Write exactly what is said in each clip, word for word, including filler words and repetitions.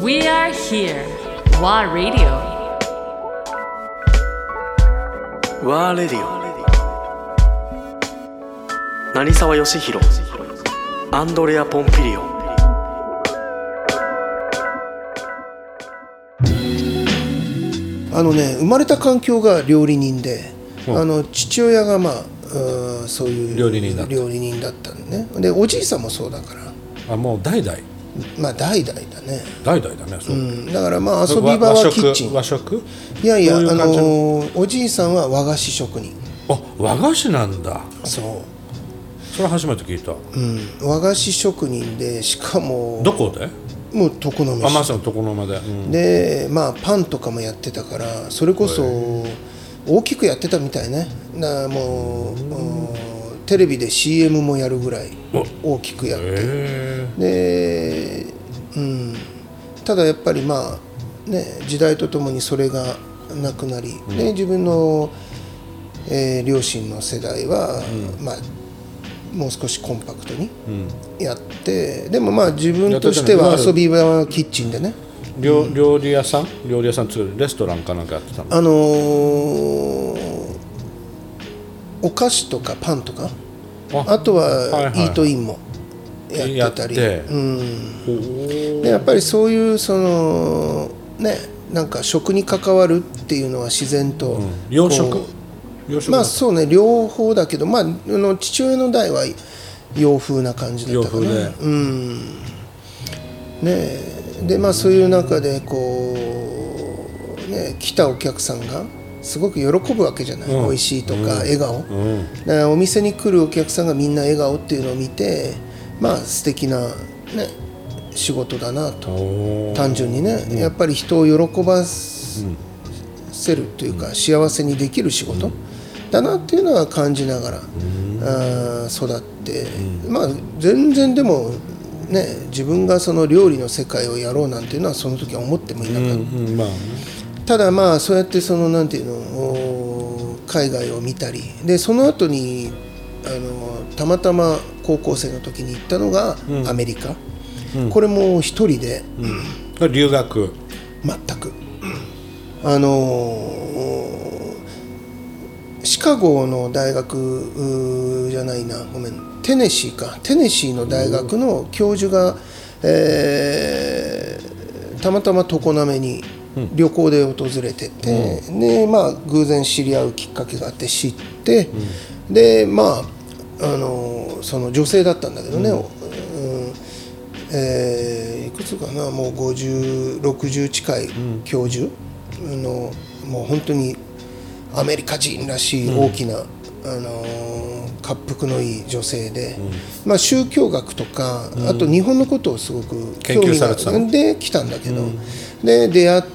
We are here. WA Radio. WA Radio。成沢義弘、アンドレア・ポンピリオン。 あのね、生まれた環境が料理人で、うん、あの父親がまあうそういう料理人だった料理人だったんでね。でおじいさんもそうだから。 あ、もう代々。 まあ代々だね。 代々だね。そう。うん、 だからまあ遊び場はキッチン。 和食？ いやいや、ううあのおじいさんは和菓子職人。 あ、和菓子なんだ。 そう。 それ初めて聞いた。 うん、和菓子職人で、しかもどこで？ もう床の間。 あ、まさに床の間で。うん、 で、まあパンとかもやってたから、それこそ大きくやってたみたいね。なもう、うん、テレビで シーエム もやるぐらい大きくやって。で、うん、ただやっぱりまあね、時代とともにそれがなくなり、うん、で自分の、えー、両親の世代は、うん、まあもう少しコンパクトにやって、うん、でもまあ自分としては遊び場はキッチンでね。 料, 料理屋さん料理屋さん作るレストランかなんかやってたの？ あのー、お菓子とかパンとか、 あ, あとは、はいはい、イートインもやってたり、やって、うん、でやっぱりそういうそのね、なんか食に関わるっていうのは自然と、うん、 洋食？ まあそうね、両方だけど、まあ、あの父親の代は洋風な感じだったかな。 洋風で、 うん、ね、でまあそういう中でこうね、来たお客さんがすごく喜ぶわけじゃない、うん、美味しいとか、うん、笑顔、うん、だからお店に来るお客さんがみんな笑顔っていうのを見て、まあ素敵なね仕事だなと、単純にね、うん、やっぱり人を喜ばせるというか、うん、幸せにできる仕事、うんだなっていうのは感じながら、あ育って、まあ全然でもね、自分がその料理の世界をやろうなんていうのはその時は思ってもいなかった、うんうんまあね、ただまあそうやってそのなんていうの海外を見たりで、その後にあのたまたま高校生の時に行ったのがアメリカ、うん、これも一人で、 うん、留学全くあのシカゴの大学じゃないな、ごめん、テネシーか、テネシーの大学の教授が、えー、たまたま常滑に旅行で訪れてて、うん、でまあ偶然知り合うきっかけがあって知って、うん、でまああのその女性だったんだけどね、うんうんえー、いくつかな、もうごじゅう、ろくじゅう近い教授の、もう本当にアメリカ人らしい大きな、うんあのー、恰幅のいい女性で、うんまあ、宗教学とか、うん、あと日本のことをすごく興味があって来たんだけど、うん、で出会って、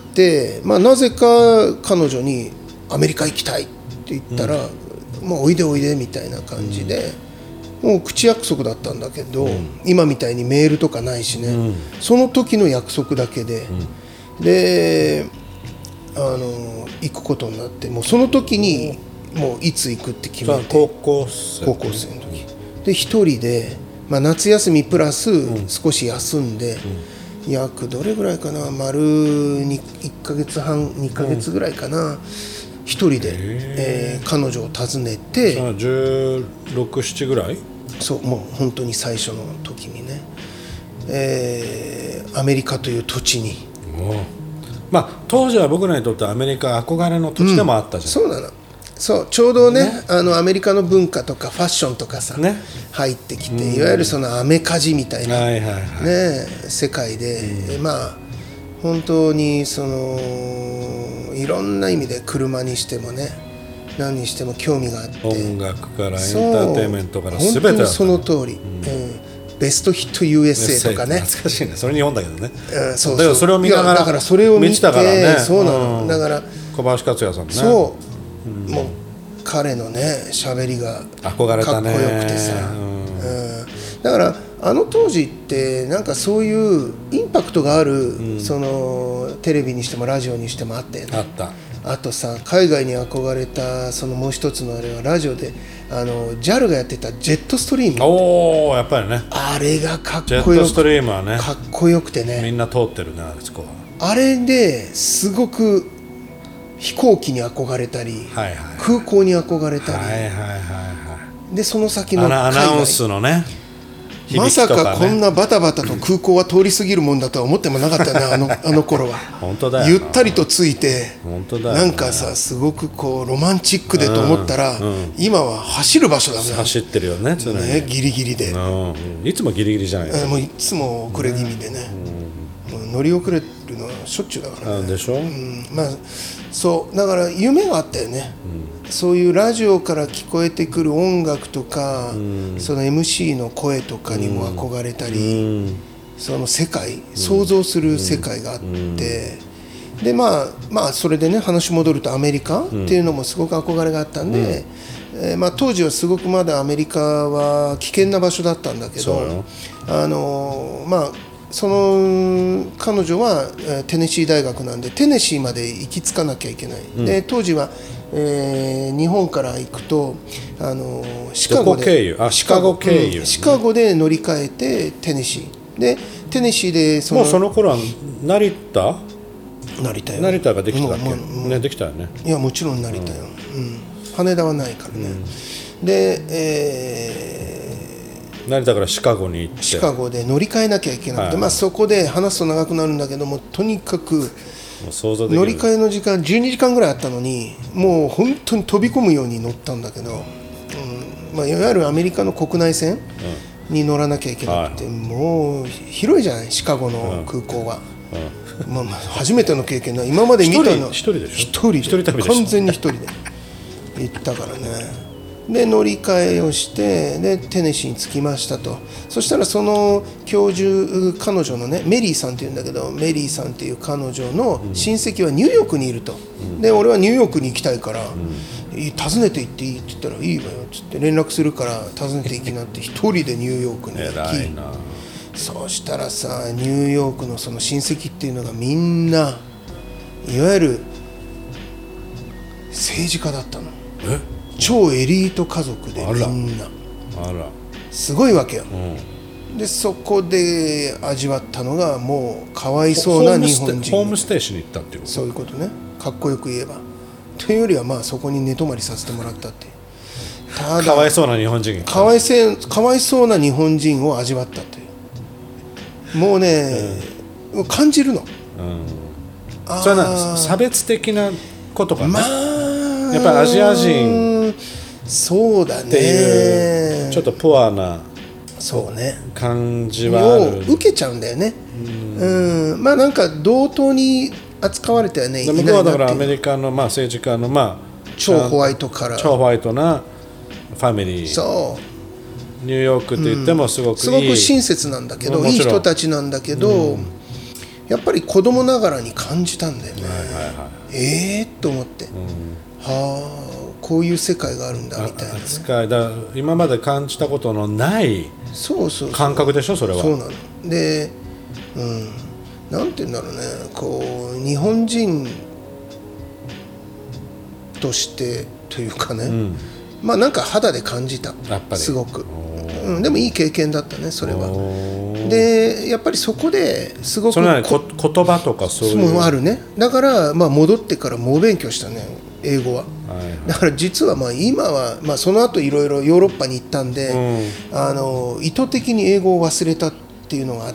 まあ、なぜか彼女にアメリカ行きたいって言ったら、うん、もうおいでおいでみたいな感じで、うん、もう口約束だったんだけど、うん、今みたいにメールとかないしね、うん、その時の約束だけで、うん、であの行くことになって、もうその時にもういつ行くって決めて、 高校生高校生の時で一人で、まあ、夏休みプラス少し休んで、うん、約どれぐらいかな、丸にいっかげつはんにかげつぐらいかな、うん、一人で、えー、彼女を訪ねて、 じゅうろく、ななぐらい、 そうもう本当に最初の時にね、えー、アメリカという土地に、 まあ、当時は僕らにとってアメリカ憧れの土地でもあったじゃん、 うん、そうなの、そうちょうど ね, ねあのアメリカの文化とかファッションとかさ、ね、入ってきて、いわゆるそのアメカジみたいな、はいはいはいね、世界で、うん、まあ本当にそのいろんな意味で車にしてもね、何にしても興味があって、 音楽からエンターテインメントから全て本当にその通り、うんうんベストヒット ユーエスエー とかね、 懐かしいね、それ日本だけどね、 うん、そうそうだからそれを見ながら、 だからそれを見て、 たからね、 そうなの、うん、だから小林克也さんね、 そう、うん、もう彼のね喋りが憧れたね、 かっこよくてさ、うんうん、だからあの当時ってなんかそういうインパクトがある、うん、そのテレビにしてもラジオにしてもあって、ね、 あったあとさ海外に憧れたそのもう一つのあれはラジオであの ジャル がやってたジェットストリーム、 おおやっぱりねあれがかっジェッこよくトストリームはねかっこよくてみね、 んな通ってるねあそこは。 あれですごく飛行機に憧れたり、 はいはい空港に憧れたり、 はいはいはいはでその先い。 のアナア海外ナウンスのねま響きとかねさかこんなバタバタと空港は通り過ぎるもんだとは思ってもなかったよねあのあの頃は。 本当だよなゆったりとついて本当だよななんかさすごくこうロマンチックでと思ったら、 うんうん今は走る場所だね走ってるよね常にねギリギリで、 うんうんいつもギリギリじゃないえもういつも遅れ気味でね、もう乗り遅れるのはしょっちゅうだからね、 なんでしょ、 うんまあそうだから夢があったよね、そういうラジオから聞こえてくる音楽とか、その エムシー の声とかにも憧れたり、その世界想像する世界があって、でまあまあそれでね話戻るとアメリカっていうのもすごく憧れがあったんで、えーまあ、当時はすごくまだアメリカは危険な場所だったんだけど、 そうよあのまあその彼女はえーテネシー大学なんでテネシーまで行き着かなきゃいけない、で当時は、えー日本から行くとあのシカゴどこ経由であシカゴ経由うんシカゴで乗り換えてテネシーでテネシーでそのもうその頃は成田成田よ成田ができたっけ、 もうもうねできたよねいやもちろん成田よ、うん羽田はないからね、で、えー成田からシカゴに行ってシカゴで乗り換えなきゃいけなくて、 はいまあ、そこで話すと長くなるんだけどもとにかくもう想像できる乗り換えの時間じゅうにじかんぐらいあったのにもう本当に飛び込むように乗ったんだけど、うんまあ、いわゆるアメリカの国内線に乗らなきゃいけなくて、もう広いじゃないシカゴの空港は、まあ、まあ初めての経験だ今まで見たの一人でしょ一人で一人旅でしょ完全に一人で行ったからね。で乗り換えをしてでテネシーに着きましたと。そしたらその教授彼女のねメリーさんっていうんだけどメリーさんっていう彼女の親戚はニューヨークにいると、で俺はニューヨークに行きたいから、いい訪ねて行っていいって言ったらいいわよっつって連絡するから訪ねて行きなって一人でニューヨークに行き偉いなそうしたらさニューヨークのその親戚っていうのがみんないわゆる政治家だったの。 え超エリート家族であらみんなあらすごいわけよ、 うんでそこで味わったのがもうかわいそうな日本人ホームステーションに行ったっていうことそういうことねかっこよく言えばというよりはまあそこに寝泊まりさせてもらったっていうたかわいだそうな日本人がかわいせかわいそうな日本人を味わったというもうね、感じるの、 うんあーそれはな差別的なことかね、 まあやっぱりアジア人そうだっていうねちょっとポアなそうね感じはあをる受けちゃうんだよねうんまあなんか同等に扱われてはねいでない向こうはだからアなっていうメリカのまあ政治家のまあ超ホワイトから超ホワイトなファミリーそうニューヨークって言ってもすごくいい、 すごく親切なんだけどいいもちろん人たちなんだけど、やっぱり子供ながらに感じたんだよね、 はいはいはいええー、と思って、はあこういう世界があるんだみたいな、ね、 扱いだ今まで感じたことのないそうそうそう感覚でしょそれはそうなので、うん、なんて言うんだろうねこう日本人としてというかね、うんまあなんか肌で感じたやっぱりすごく、うん、でもいい経験だったねそれはでやっぱりそこですごくそれはこ言葉とかそういうもあるねだからまあ戻ってから猛勉強したね英語は、 はいはい、 だから実はまあ今は、まあ、その後いろいろヨーロッパに行ったんで、うん、あの意図的に英語を忘れたっていうのがあって、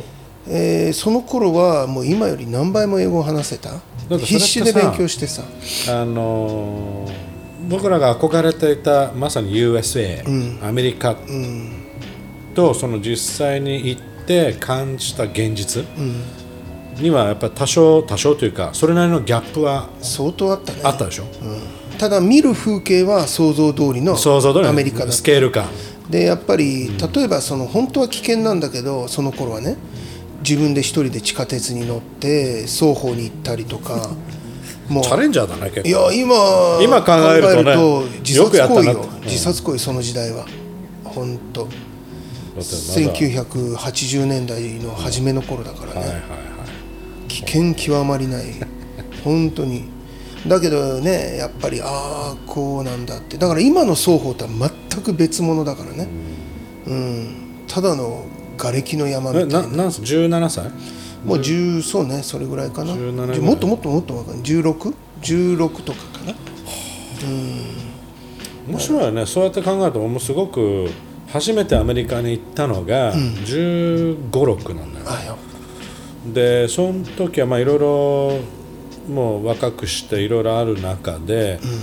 えー、その頃はもう今より何倍も英語を話せた必死で勉強してさあのー僕らが憧れていたまさに ユーエスエー、うん、アメリカとその実際に行って感じた現実にはやっぱり多少多少というかそれなりのギャップは相当あったねあったでしょ、 うん、ただ見る風景は想像通りのアメリカだったスケール感でやっぱり例えばその本当は危険なんだけどその頃はね自分で一人で地下鉄に乗って双方に行ったりとかもうチャレンジャーだね結構いや 今, 今考えるとねと自殺行為よ、 うん、 自殺行為その時代は本当せんきゅうひゃくはちじゅうねんだいの初めの頃だからね、はいはいはい、危険極まりない本当にだけどねやっぱりああこうなんだって、だから今の双方とは全く別物だからね、うん、ただの瓦礫の山みたいな。 えななんすじゅうななさいもうじゅうそうねそれぐらいかな。 じゅうななぐらいもっともっともっとわかんない じゅうろく?じゅうろく とかかな。 面白いよね。そうやって考えるともうすごく初めてアメリカに行ったのがじゅうご、ろくなんだよ、ね、 あよでその時はまあいろいろもう若くしていろいろある中で、うん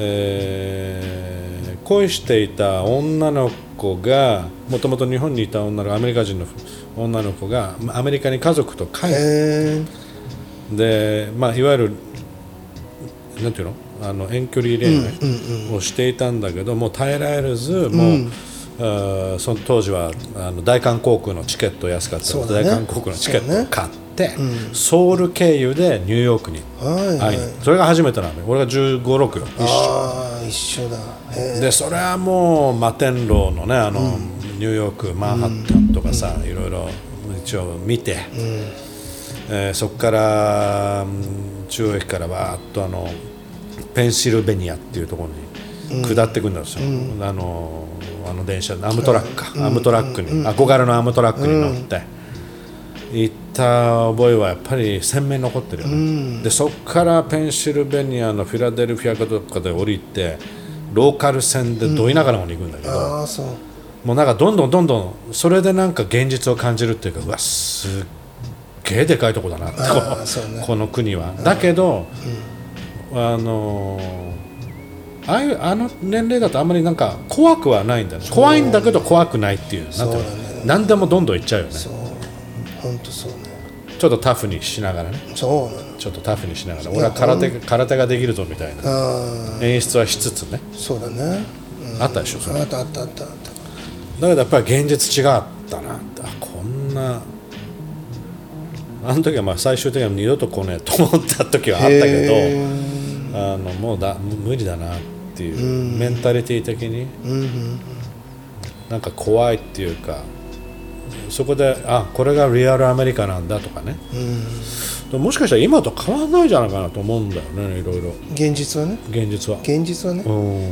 えー、恋していた女の子がもともと日本にいた女のアメリカ人の女の子がアメリカに家族と帰ってで、まあ、いわゆるなんていうのあの遠距離恋愛をしていたんだけど、もう耐えられず、もう、うんあその当時はあの大韓航空のチケット安かったので、ね、大韓航空のチケットを買って、ねうん、ソウル経由でニューヨークに会いに、はい、それが初めてなのよ。俺がじゅうご、ろくよ一緒あ一緒だで、それはもう摩天楼のねあの、うん、ニューヨークマンハッタンとかさ、うん、いろいろ一応見て、うんえー、そこから中央駅からわーっとあのペンシルベニアっていうところに下ってくるんですよ、うん、あのあの電車アムトラックか、うん、アムトラックに、うん、憧れのアムトラックに乗って、うん、行った覚えはやっぱり鮮明に残ってるよね、うん、でそこからペンシルベニアのフィラデルフィアかどっかで降りてローカル線でど田舎の方に行くんだけど、うん、あそうもうなんかどんどんどんどんそれでなんか現実を感じるっていうか、うわすっげえでかいとこだなってこの、ね、この国はだけど、うん、あのーああいうあの年齢だとあんまりなんか怖くはないんだよね。怖いんだけど怖くないっていう、なんていうの、ね、何でもどんどんいっちゃうよね。 そう本当そうね。 ちょっとタフにしながらね。 そうなの。 ちょっとタフにしながら俺は空手空手ができるぞみたいな演出はしつつね。 そうだね、 うん、あったでしょそれ。 あったあったあったあった。 だけどやっぱり現実違ったなって、あこんなあの時はまあ最終的には二度と来ねえと思った時はあったけど、あのもうだ無理だなっていう、うん、メンタリティ的に、うんうんうん、なんか怖いっていうか、そこであこれがリアルアメリカなんだとかね、うん、もしかしたら今と変わらないじゃないかなと思うんだよね、いろいろ現実はね現実は現実はね、うん、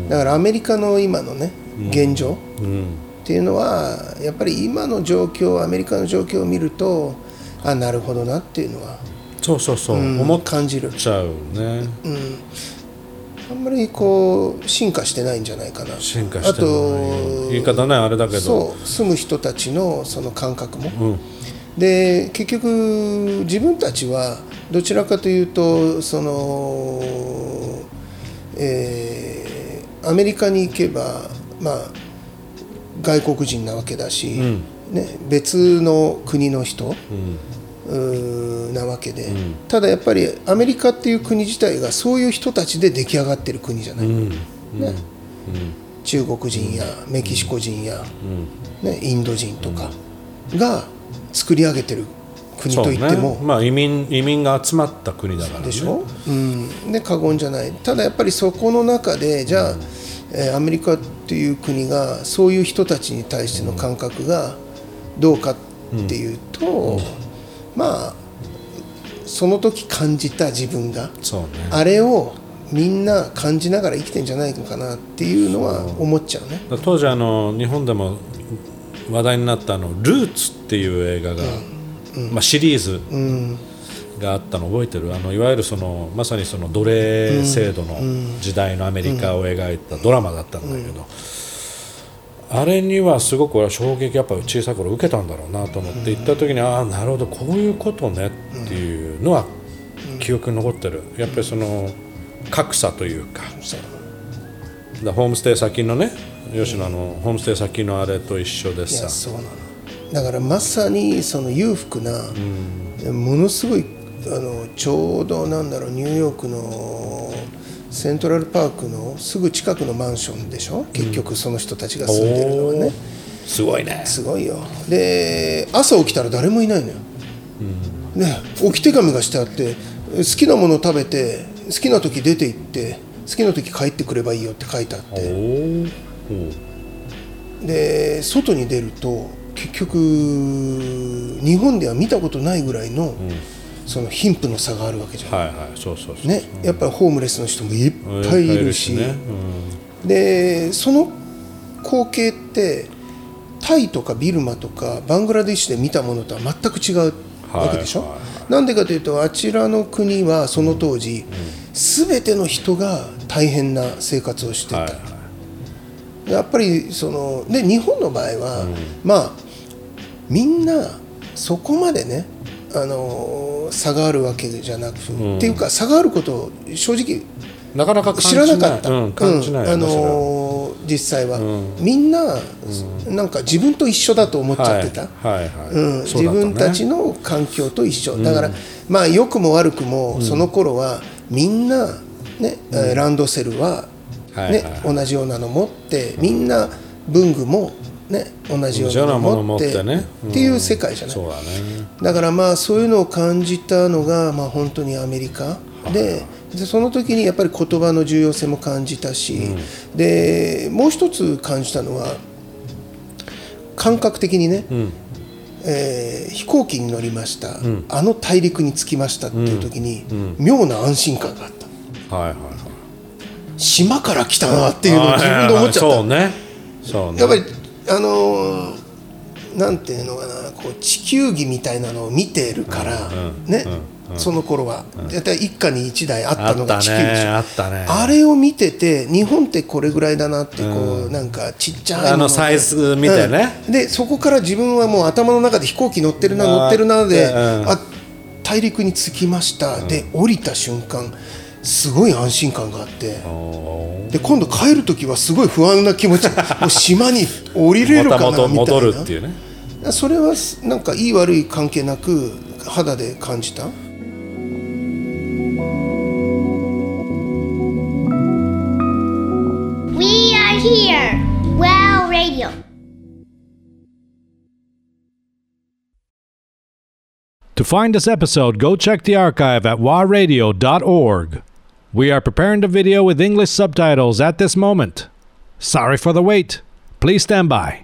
だからアメリカの今のね現状、うんうん、っていうのはやっぱり今の状況アメリカの状況を見るとあなるほどなっていうのはそうそうそう、うん、思っちゃうね、 うんあんまりこう進化してないんじゃないかな。 進化してない。あと言い方ねあれだけど、 そう住む人たちのその感覚も、うん、で結局自分たちはどちらかというとその、えー、アメリカに行けばまあ外国人なわけだし、うんね、別の国の人、うんなわけで、うん、ただやっぱりアメリカっていう国自体がそういう人たちで出来上がってる国じゃない、うんねうん、中国人やメキシコ人や、うんね、インド人とかが作り上げてる国といっても、 ねまあ、移民、移民が集まった国だからねでしょ、うん、で過言じゃない。ただやっぱりそこの中でじゃあ、うんえー、アメリカっていう国がそういう人たちに対しての感覚がどうかっていうと、うんうんまあその時感じた自分が、そうね、あれをみんな感じながら生きてんじゃないのかなっていうのは思っちゃうね。 当時あの日本でも話題になったあのルーツっていう映画が、うんうんまあ、シリーズがあったの覚えてる？あのいわゆるそのまさにその奴隷制度の時代のアメリカを描いたドラマだったんだけど、うんうんあれにはすごく俺は衝撃やっぱ小さい頃受けたんだろうなと思って行った時に、ああなるほどこういうことねっていうのは記憶に残ってる。やっぱりその格差というか、だホームステイ先のね吉野のホームステイ先のあれと一緒でさ、いやそうなの。だからまさにその裕福な、うん、ものすごいあのちょうどなんだろうニューヨークのセントラルパークのすぐ近くのマンションでしょ、結局その人たちが住んでるのはね、 すごいねすごいよ。で朝起きたら誰もいないのよ、うんね、置き手紙がしてあって好きなものを食べて好きな時出て行って好きな時帰ってくればいいよって書いてあって、で外に出ると結局日本では見たことないぐらいのその貧富の差があるわけじゃん、 はいはい、そうそうそう、 ね、やっぱりホームレスの人もいっぱいいるし、 ね、 うん、でその光景ってタイとかビルマとかバングラデシュで見たものとは全く違うわけでしょ、はいはいはい、なんでかというとあちらの国はその当時、うん、全ての人が大変な生活をしてた、はいはい、やっぱりそので日本の場合は、うん、まあみんなそこまでねあの差があるわけじゃなく、うん、っていうか差があることを正直なかなか知らなかった、 うん、感じない、 うん、あのー、実際は、うん、みんな、うん、なんか自分と一緒だと思っちゃってた、はいはいはい、うん、自分たちの環境と一緒だから、うん、まあ良くも悪くも、うん、その頃はみんな、ねうん、ランドセルは、ねはいはい、同じようなの持ってみんな文具もね、同じようなものを持って、ねうん、っていう世界じゃない。そうだね。だからまあそういうのを感じたのが、まあ、本当にアメリカで、でその時にやっぱり言葉の重要性も感じたし、うん、でもう一つ感じたのは感覚的にね、うんえー、飛行機に乗りました、うん、あの大陸に着きましたっていう時に、うんうん、妙な安心感があった、はいはいはい、島から来たなっていうのを自分で思っちゃった、はいはいはい、そうね、そうね、やっぱりあのー、なんていうのかなこう地球儀みたいなのを見てるから、うんうんねうん、その頃はだいたい一家に一台あったのが地球儀でしょあったね、あったね、 あれを見てて日本ってこれぐらいだなってこう、うん、なんかちっちゃいものあのサイズ見てね、 うん、でそこから自分はもう頭の中で飛行機乗ってるな乗ってるなで、うん、あ大陸に着きました、うん、で降りた瞬間すごい安心感があって、で今度帰るときはすごい不安な気持ちもう島に降りれるかなみたいな戻るっていうね、 それはなんかいい悪い関係なく肌で感じた。 We are here. Wow Radio. To find this episode, go check the archive at wow radio dot org. We are preparing the video with English subtitles at this moment. Sorry for the wait. Please stand by.